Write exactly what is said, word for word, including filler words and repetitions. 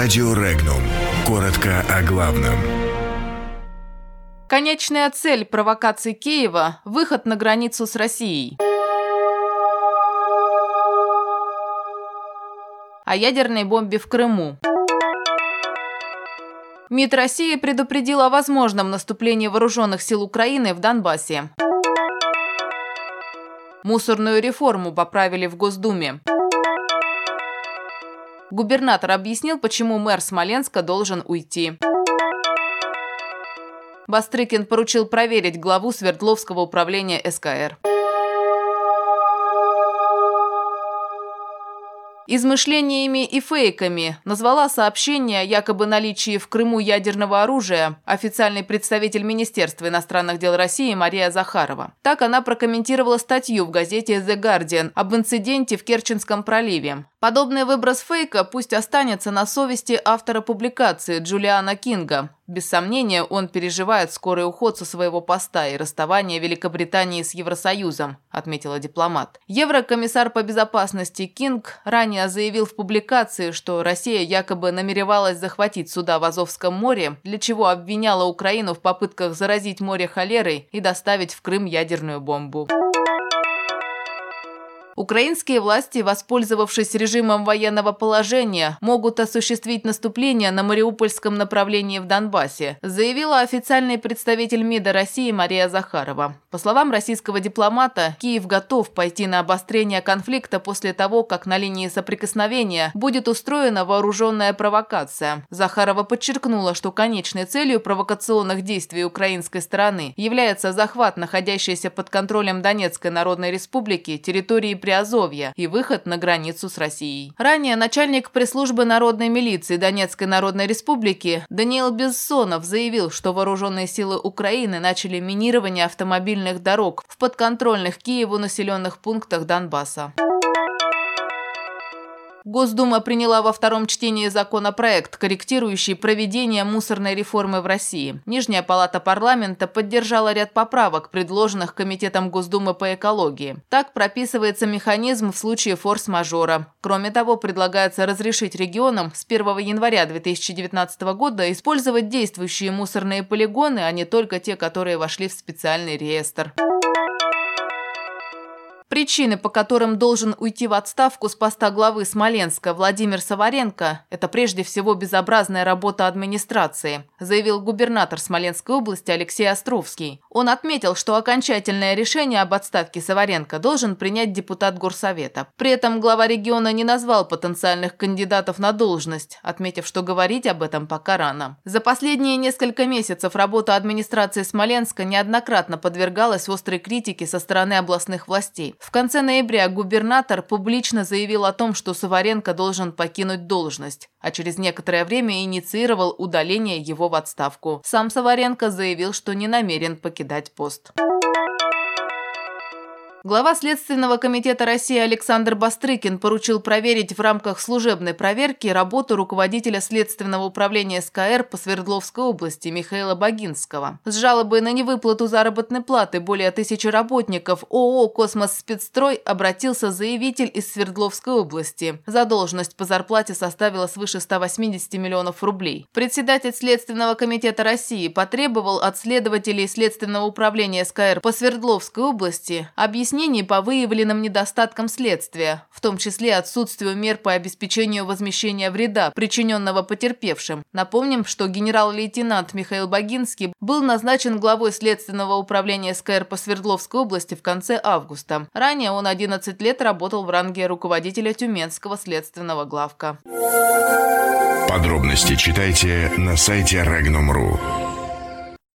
Радио Регнум. Коротко о главном. Конечная цель провокаций Киева – выход на границу с Россией. О ядерной бомбе в Крыму. МИД России предупредил о возможном наступлении вооруженных сил Украины в Донбассе. Мусорную реформу поправили в Госдуме. Губернатор объяснил, почему мэр Смоленска должен уйти. Бастрыкин поручил проверить главу Свердловского управления эс ка эр. Измышлениями и фейками назвала сообщение о якобы наличии в Крыму ядерного оружия официальный представитель Министерства иностранных дел России Мария Захарова. Так она прокомментировала статью в газете «The Guardian» об инциденте в Керченском проливе. Подобный выброс фейка пусть останется на совести автора публикации Джулиана Кинга. Без сомнения, он переживает скорый уход со своего поста и расставание Великобритании с Евросоюзом, отметила дипломат. Еврокомиссар по безопасности Кинг ранее заявил в публикации, что Россия якобы намеревалась захватить суда в Азовском море, для чего обвиняла Украину в попытках заразить море холерой и доставить в Крым ядерную бомбу. Украинские власти, воспользовавшись режимом военного положения, могут осуществить наступление на Мариупольском направлении в Донбассе, заявила официальный представитель МИДа России Мария Захарова. По словам российского дипломата, Киев готов пойти на обострение конфликта после того, как на линии соприкосновения будет устроена вооруженная провокация. Захарова подчеркнула, что конечной целью провокационных действий украинской стороны является захват находящейся под контролем Донецкой Народной Республики территории Приазовья и выход на границу с Россией. Ранее начальник пресс-службы народной милиции Донецкой Народной Республики Даниил Безсонов заявил, что вооруженные силы Украины начали минирование автомобильных дорог в подконтрольных Киеву населенных пунктах Донбасса. Госдума приняла во втором чтении законопроект, корректирующий проведение мусорной реформы в России. Нижняя палата парламента поддержала ряд поправок, предложенных Комитетом Госдумы по экологии. Так прописывается механизм в случае форс-мажора. Кроме того, предлагается разрешить регионам с первого января две тысячи девятнадцатого года использовать действующие мусорные полигоны, а не только те, которые вошли в специальный реестр. Причины, по которым должен уйти в отставку с поста главы Смоленска Владимир Саваренко, это прежде всего безобразная работа администрации, заявил губернатор Смоленской области Алексей Островский. Он отметил, что окончательное решение об отставке Саваренко должен принять депутат Горсовета. При этом глава региона не назвал потенциальных кандидатов на должность, отметив, что говорить об этом пока рано. За последние несколько месяцев работа администрации Смоленска неоднократно подвергалась острой критике со стороны областных властей. В конце ноября губернатор публично заявил о том, что Саваренко должен покинуть должность, а через некоторое время инициировал удаление его в отставку. Сам Саваренко заявил, что не намерен покидать пост. Глава Следственного комитета России Александр Бастрыкин поручил проверить в рамках служебной проверки работу руководителя Следственного управления эс ка эр по Свердловской области Михаила Богинского. С жалобой на невыплату заработной платы более тысячи работников о о о «Космос-спецстрой» обратился заявитель из Свердловской области. Задолженность по зарплате составила свыше ста восьмидесяти миллионов рублей. Председатель Следственного комитета России потребовал от следователей Следственного управления эс ка эр по Свердловской области объяснить по выявленным недостаткам следствия, в том числе отсутствию мер по обеспечению возмещения вреда, причиненного потерпевшим. Напомним, что генерал-лейтенант Михаил Богинский был назначен главой Следственного управления эс ка эр по Свердловской области в конце августа. Ранее он одиннадцать лет работал в ранге руководителя Тюменского следственного главка. Подробности читайте на сайте регнум точка ру.